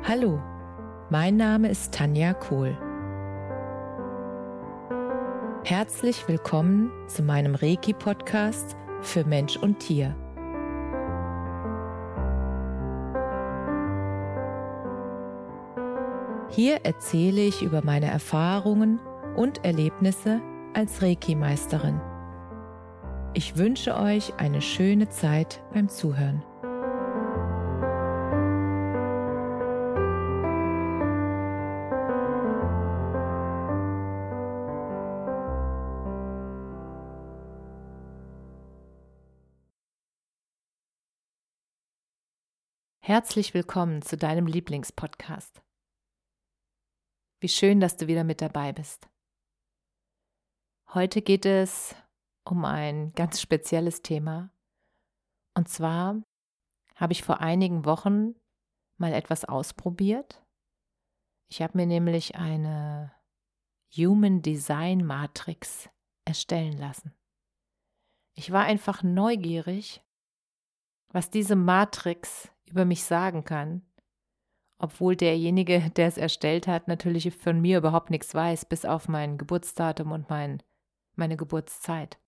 Hallo, mein Name ist Tanja Kohl. Herzlich willkommen zu meinem Reiki-Podcast für Mensch und Tier. Hier erzähle ich über meine Erfahrungen und Erlebnisse als Reiki-Meisterin. Ich wünsche euch eine schöne Zeit beim Zuhören. Herzlich willkommen zu deinem Lieblingspodcast. Wie schön, dass du wieder mit dabei bist. Heute geht es um ein ganz spezielles Thema. Und zwar habe ich vor einigen Wochen mal etwas ausprobiert. Ich habe mir nämlich eine Human Design Matrix erstellen lassen. Ich war einfach neugierig, was diese Matrix über mich sagen kann, obwohl derjenige, der es erstellt hat, natürlich von mir überhaupt nichts weiß, bis auf mein Geburtsdatum und meine Geburtszeit.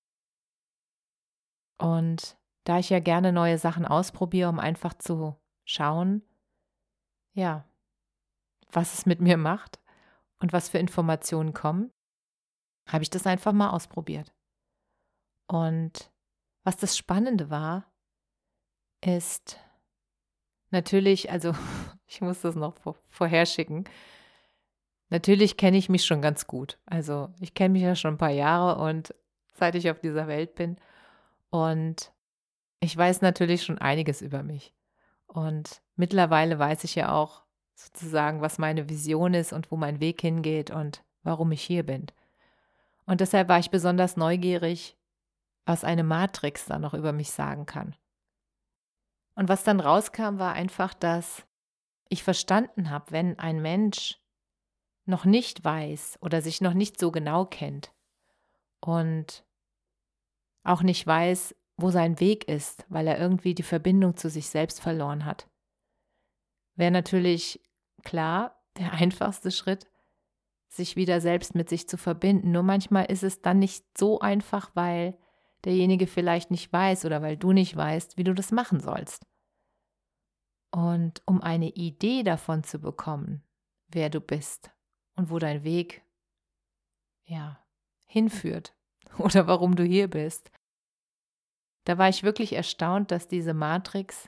Und da ich ja gerne neue Sachen ausprobiere, um einfach zu schauen, ja, was es mit mir macht und was für Informationen kommen, habe ich das einfach mal ausprobiert. Und was das Spannende war, ist natürlich, also ich muss das noch vorherschicken, natürlich kenne ich mich schon ganz gut. Also ich kenne mich ja schon ein paar Jahre und seit ich auf dieser Welt bin. Und ich weiß natürlich schon einiges über mich. Und mittlerweile weiß ich ja auch sozusagen, was meine Vision ist und wo mein Weg hingeht und warum ich hier bin. Und deshalb war ich besonders neugierig, was eine Matrix da noch über mich sagen kann. Und was dann rauskam, war einfach, dass ich verstanden habe, wenn ein Mensch noch nicht weiß oder sich noch nicht so genau kennt und auch nicht weiß, wo sein Weg ist, weil er irgendwie die Verbindung zu sich selbst verloren hat, wäre natürlich klar der einfachste Schritt, sich wieder selbst mit sich zu verbinden. Nur manchmal ist es dann nicht so einfach, weil derjenige vielleicht nicht weiß oder weil du nicht weißt, wie du das machen sollst. Und um eine Idee davon zu bekommen, wer du bist und wo dein Weg hinführt oder warum du hier bist, da war ich wirklich erstaunt, dass diese Matrix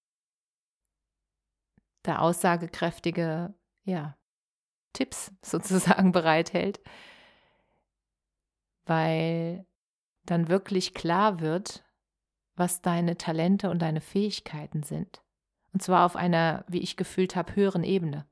da aussagekräftige Tipps sozusagen bereithält, weil dann wirklich klar wird, was deine Talente und deine Fähigkeiten sind. Und zwar auf einer, wie ich gefühlt habe, höheren Ebene.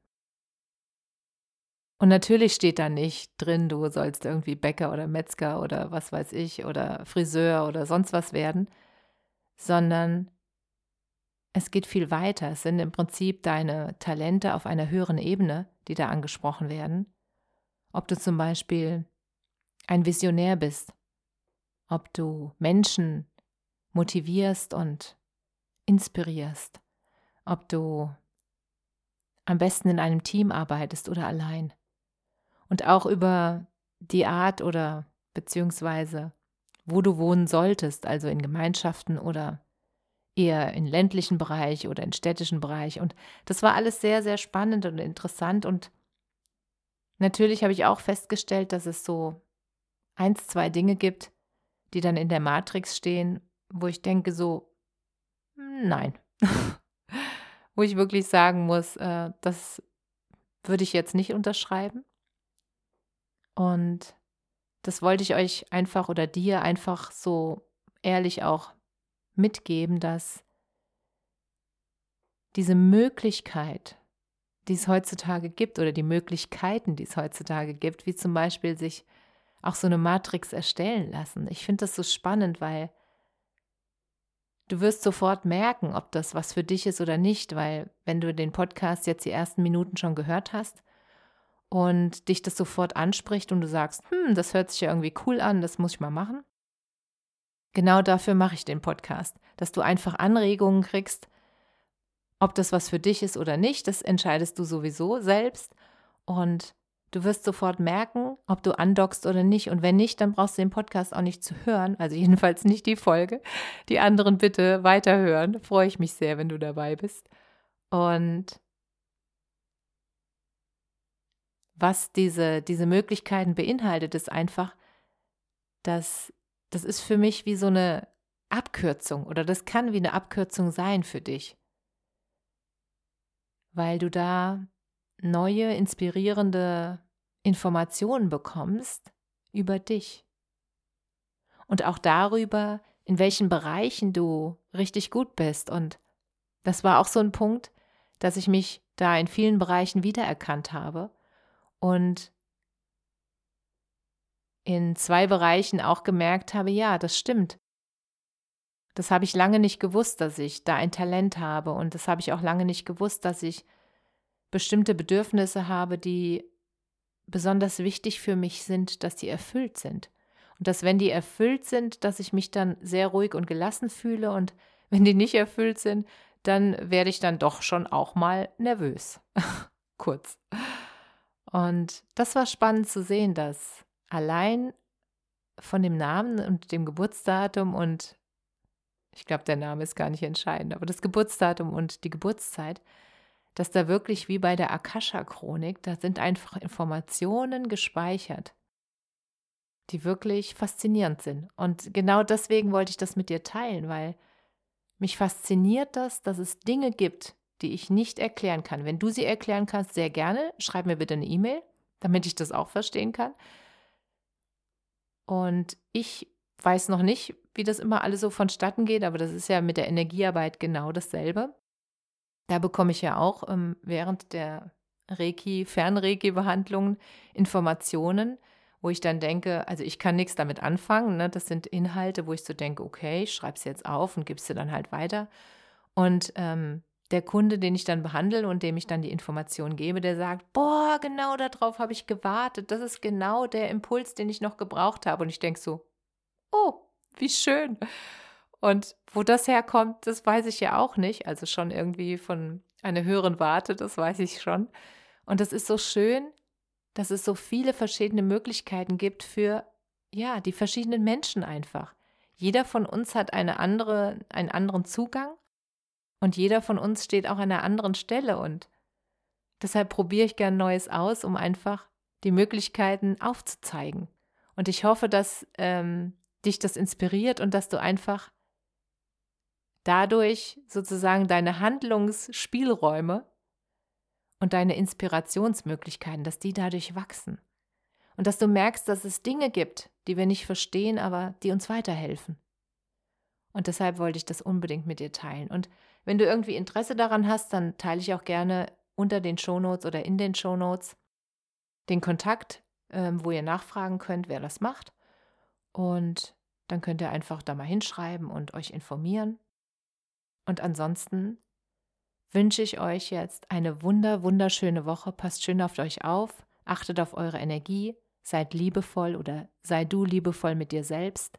Und natürlich steht da nicht drin, du sollst irgendwie Bäcker oder Metzger oder was weiß ich oder Friseur oder sonst was werden, sondern es geht viel weiter. Es sind im Prinzip deine Talente auf einer höheren Ebene, die da angesprochen werden. Ob du zum Beispiel ein Visionär bist, ob du Menschen motivierst und inspirierst, ob du am besten in einem Team arbeitest oder allein. Und auch über die Art oder beziehungsweise wo du wohnen solltest, also in Gemeinschaften oder eher in ländlichen Bereich oder in städtischen Bereich. Und das war alles sehr, sehr spannend und interessant. Und natürlich habe ich auch festgestellt, dass es so 1, 2 Dinge gibt, die dann in der Matrix stehen, wo ich denke so, nein. Wo ich wirklich sagen muss, das würde ich jetzt nicht unterschreiben. Und das wollte ich euch einfach oder dir einfach so ehrlich auch mitgeben, dass diese Möglichkeit, die es heutzutage gibt oder die Möglichkeiten, die es heutzutage gibt, wie zum Beispiel sich auch so eine Matrix erstellen lassen. Ich finde das so spannend, weil du wirst sofort merken, ob das was für dich ist oder nicht, weil wenn du den Podcast jetzt die ersten Minuten schon gehört hast und dich das sofort anspricht und du sagst, das hört sich ja irgendwie cool an, das muss ich mal machen. Genau dafür mache ich den Podcast, dass du einfach Anregungen kriegst Ob das was für dich ist oder nicht, das entscheidest du sowieso selbst. Und du wirst sofort merken, ob du andockst oder nicht. Und wenn nicht, dann brauchst du den Podcast auch nicht zu hören. Also jedenfalls nicht die Folge. Die anderen bitte weiterhören. Da freue ich mich sehr, wenn du dabei bist. Und was diese Möglichkeiten beinhaltet, ist einfach, dass das ist für mich wie so eine Abkürzung oder das kann wie eine Abkürzung sein für dich, weil du da neue, inspirierende Informationen bekommst über dich und auch darüber, in welchen Bereichen du richtig gut bist. Und das war auch so ein Punkt, dass ich mich da in vielen Bereichen wiedererkannt habe und in 2 Bereichen auch gemerkt habe, ja, das stimmt. Das habe ich lange nicht gewusst, dass ich da ein Talent habe und das habe ich auch lange nicht gewusst, dass ich bestimmte Bedürfnisse habe, die besonders wichtig für mich sind, dass die erfüllt sind. Und dass, wenn die erfüllt sind, dass ich mich dann sehr ruhig und gelassen fühle und wenn die nicht erfüllt sind, dann werde ich dann doch schon auch mal nervös. Kurz. Und das war spannend zu sehen, dass allein von dem Namen und dem Geburtsdatum und ich glaube, der Name ist gar nicht entscheidend, aber das Geburtsdatum und die Geburtszeit, dass da wirklich wie bei der Akasha-Chronik, da sind einfach Informationen gespeichert, die wirklich faszinierend sind. Und genau deswegen wollte ich das mit dir teilen, weil mich fasziniert das, dass es Dinge gibt, die ich nicht erklären kann. Wenn du sie erklären kannst, sehr gerne, schreib mir bitte eine E-Mail, damit ich das auch verstehen kann. Und ich weiß noch nicht, wie das immer alles so vonstatten geht, aber das ist ja mit der Energiearbeit genau dasselbe. Da bekomme ich ja auch während der Fern-Reiki-Behandlungen Informationen, wo ich dann denke, also ich kann nichts damit anfangen. Ne? Das sind Inhalte, wo ich so denke, okay, ich schreibe es jetzt auf und gebe es dir dann halt weiter. Und der Kunde, den ich dann behandle und dem ich dann die Information gebe, der sagt, boah, genau darauf habe ich gewartet. Das ist genau der Impuls, den ich noch gebraucht habe. Und ich denke so, oh, wie schön. Und wo das herkommt, das weiß ich ja auch nicht. Also schon irgendwie von einer höheren Warte, das weiß ich schon. Und das ist so schön, dass es so viele verschiedene Möglichkeiten gibt für, ja, die verschiedenen Menschen einfach. Jeder von uns hat einen anderen Zugang und jeder von uns steht auch an einer anderen Stelle. Und deshalb probiere ich gern Neues aus, um einfach die Möglichkeiten aufzuzeigen. Und ich hoffe, dass dich das inspiriert und dass du einfach dadurch sozusagen deine Handlungsspielräume und deine Inspirationsmöglichkeiten, dass die dadurch wachsen. Und dass du merkst, dass es Dinge gibt, die wir nicht verstehen, aber die uns weiterhelfen. Und deshalb wollte ich das unbedingt mit dir teilen. Und wenn du irgendwie Interesse daran hast, dann teile ich auch gerne unter den Shownotes oder in den Shownotes den Kontakt, wo ihr nachfragen könnt, wer das macht. Und dann könnt ihr einfach da mal hinschreiben und euch informieren. Und ansonsten wünsche ich euch jetzt eine wunderschöne Woche. Passt schön auf euch auf, achtet auf eure Energie, seid liebevoll oder sei du liebevoll mit dir selbst.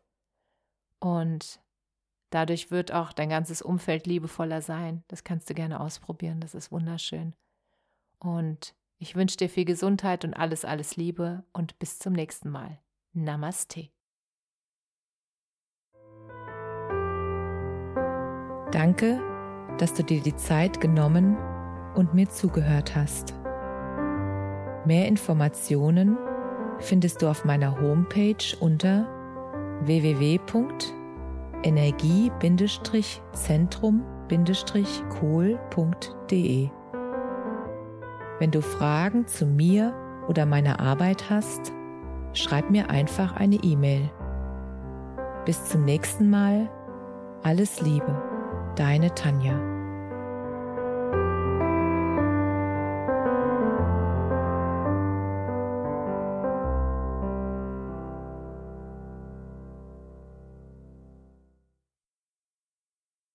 Und dadurch wird auch dein ganzes Umfeld liebevoller sein. Das kannst du gerne ausprobieren, das ist wunderschön. Und ich wünsche dir viel Gesundheit und alles Liebe und bis zum nächsten Mal. Namaste. Danke, dass du dir die Zeit genommen und mir zugehört hast. Mehr Informationen findest du auf meiner Homepage unter www.energie-zentrum-kohl.de. Wenn du Fragen zu mir oder meiner Arbeit hast, schreib mir einfach eine E-Mail. Bis zum nächsten Mal. Alles Liebe, deine Tanja.